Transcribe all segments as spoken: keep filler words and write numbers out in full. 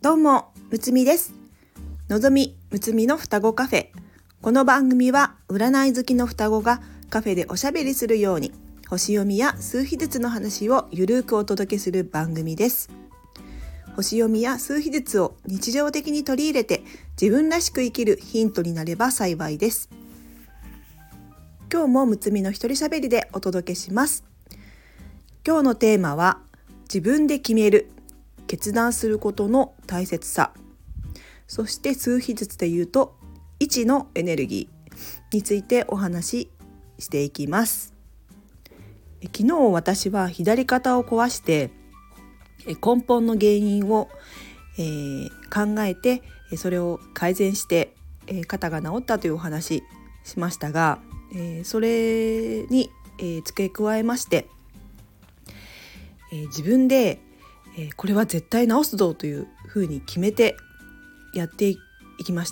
どうも、むつみです。のぞみむつみの双子カフェ。この番組は占い好きの双子がカフェでおしゃべりするように、星読みや数秘術の話をゆるくお届けする番組です。星読みや数秘術を日常的に取り入れて自分らしく生きるヒントになれば幸いです。今日もむつみの一人しゃべりでお届けします。今日のテーマは自分で決める、決断することの大切さ、そして数秘術で言うと位置のエネルギーについてお話ししていきます。昨日私は左肩を壊して根本の原因を、えー、考えてそれを改善して、えー、肩が治ったというお話しましたが、えー、それに、えー、付け加えまして、えー、自分で、えー、これは絶対治すぞというふうに決めてやっていきました。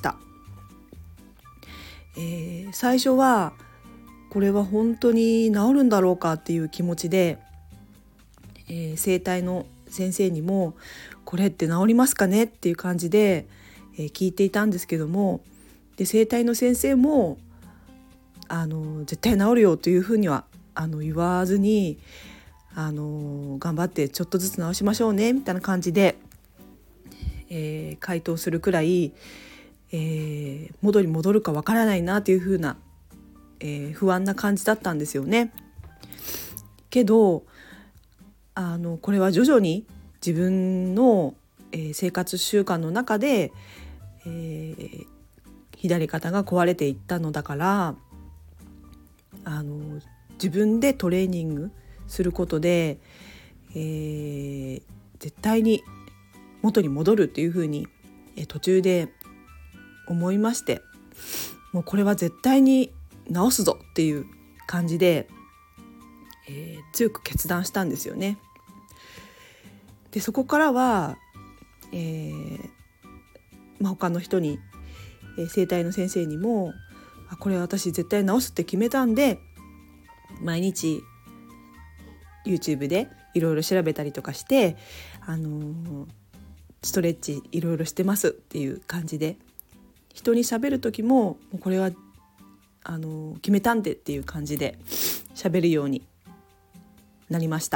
えー、最初はこれは本当に治るんだろうかっていう気持ちで、えー、整体の先生にもこれって治りますかねっていう感じで、えー、聞いていたんですけども、で整体の先生もあの絶対治るよというふうにはあの言わずに、あの頑張ってちょっとずつ治しましょうねみたいな感じで、えー、回答するくらい、えー、元に戻るかわからないなというふうな、えー、不安な感じだったんですよね。けどあのこれは徐々に自分の、えー、生活習慣の中で、えー、左肩が壊れていったのだから、あの自分でトレーニングすることで、えー、絶対に元に戻るっていうふうに、えー、途中で思いまして、もうこれは絶対に治すぞっていう感じで、えー、強く決断したんですよね。でそこからは、えーまあ、他の人に、えー、整体の先生にもあこれ私絶対治すって決めたんで、毎日 YouTube でいろいろ調べたりとかして、あのー、ストレッチいろいろしてますっていう感じで、人に喋る時ももうこれはあの決めたんでっていう感じで喋るようになりました。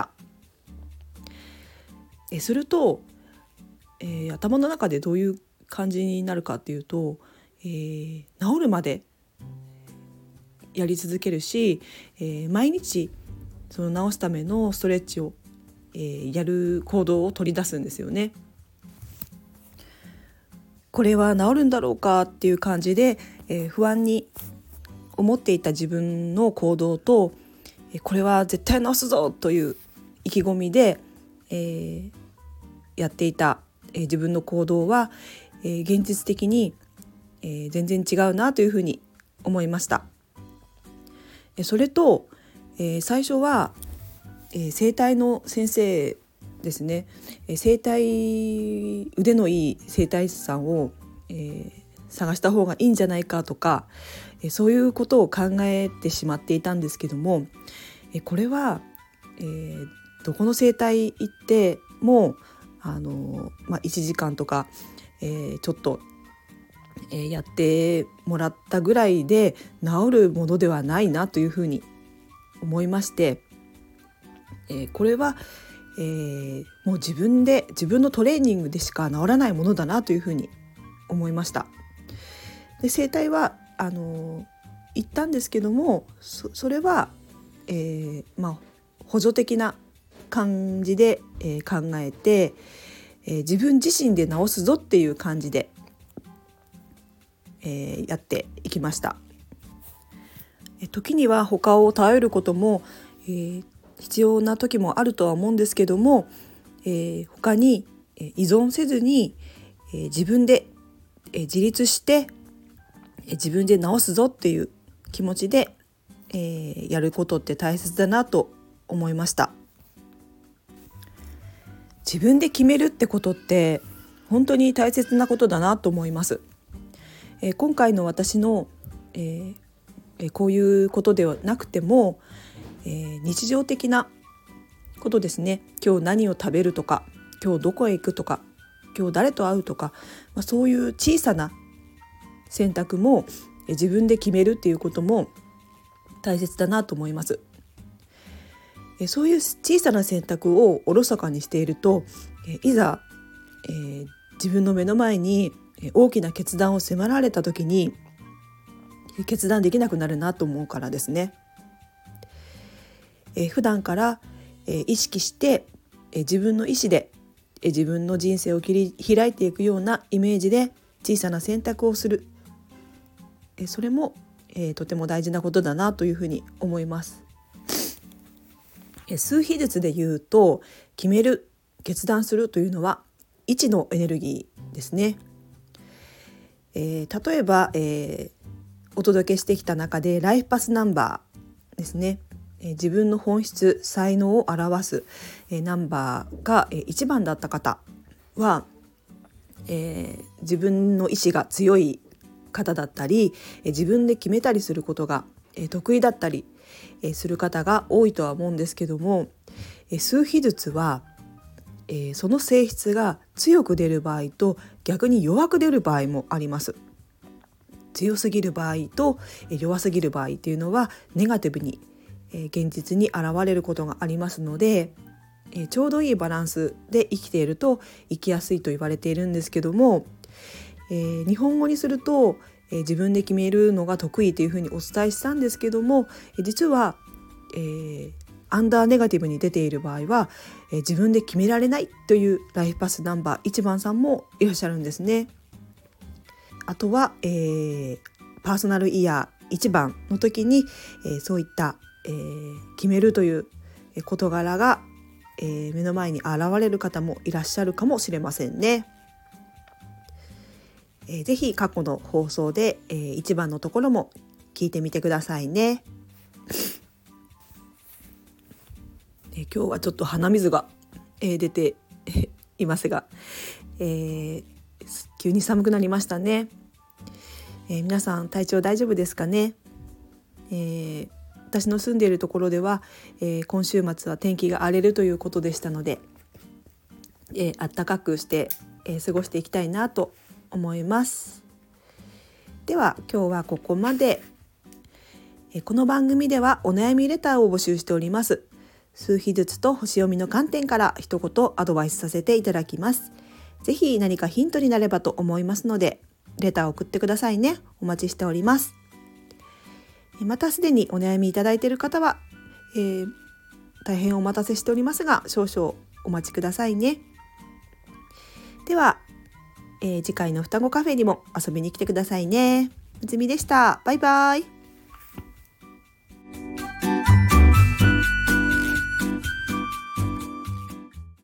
えすると、えー、頭の中でどういう感じになるかっていうと、えー、治るまでやり続けるし、えー、毎日その治すためのストレッチを、えー、やる行動を取り出すんですよね。これは治るんだろうかっていう感じで、えー、不安に思っていた自分の行動と、えー、これは絶対治すぞという意気込みで、えー、やっていた、えー、自分の行動は、えー、現実的に、えー、全然違うなというふうに思いました。えー、それと、えー、最初は、えー、整体の先生ですね、えー、整体腕のいい整体師さんを、えー、探した方がいいんじゃないかとか、えー、そういうことを考えてしまっていたんですけども、えー、これは、えー、どこの整体行ってもあの、まあ、いちじかんとか、えー、ちょっと、えー、やってもらったぐらいで治るものではないなというふうに思いまして、えー、これは、えー、もう自分で自分のトレーニングでしか治らないものだなというふうに思いました。で整体はあのー、行ったんですけども そ, それは、えーまあ、補助的な感じで、えー、考えて、えー、自分自身で治すぞっていう感じで、えー、やっていきました。え時には他を頼ることも、えー、必要な時もあるとは思うんですけども、えー、他に依存せずに、えー、自分で、えー、自立して、えー、自分で治すぞっていう気持ちで、えー、やることって大切だなと思いました。自分で決めるってことって本当に大切なことだなと思います。えー、今回の私の、えー、こういうことではなくても、えー、日常的なことですね。今日何を食べるとか、今日どこへ行くとか、 今日誰と会うとか、まあ、そういう小さな選択も自分で決めるっていうことも大切だなと思います。そういう小さな選択をおろそかにしていると、いざ、えー、自分の目の前に大きな決断を迫られた時に決断できなくなるなと思うからですね。えー、普段から、えー、意識して、えー、自分の意思で、えー、自分の人生を切り開いていくようなイメージで小さな選択をする、えー、それも、えー、とても大事なことだなというふうに思います。えー、数比術で言うと、決める、決断するというのはいちのエネルギーですね。えー、例えば、えー、お届けしてきた中でライフパスナンバーですね。えー、自分の本質、才能を表す、えー、ナンバーが、えー、いちばんだった方は、えー、自分の意志が強い方だったり、えー、自分で決めたりすることが、えー、得意だったり、えー、する方が多いとは思うんですけども、えー、数比術は、えー、その性質が強く出る場合と逆に弱く出る場合もあります。強すぎる場合と弱すぎる場合っていうのはネガティブに現実に現れることがありますので、ちょうどいいバランスで生きていると生きやすいと言われているんですけども、日本語にすると自分で決めるのが得意というふうにお伝えしたんですけども、実は、えー、アンダーネガティブに出ている場合は自分で決められないというライフパスナンバーいちばんさんもいらっしゃるんですね。あとは、えー、パーソナルイヤーいちばんの時に、えー、そういった、えー、決めるという事柄が、えー、目の前に現れる方もいらっしゃるかもしれませんね。えー、ぜひ過去の放送で、えー、いちばんのところも聞いてみてくださいね。えー、今日はちょっと鼻水が、えー、出ていますが、えー急に寒くなりましたね。えー、皆さん体調大丈夫ですかね。えー、私の住んでいるところでは、えー、今週末は天気が荒れるということでしたので、えー、暖かくして、えー、過ごしていきたいなと思います。では今日はここまで。えー、この番組ではお悩みレターを募集しております。数比術と星読みの観点から一言アドバイスさせていただきます。ぜひ何かヒントになればと思いますので、レターを送ってくださいね。お待ちしております。またすでにお悩みいただいている方は、えー、大変お待たせしておりますが、少々お待ちくださいね。では、えー、次回の双子カフェにも遊びに来てくださいね。むつみでした。バイバイ。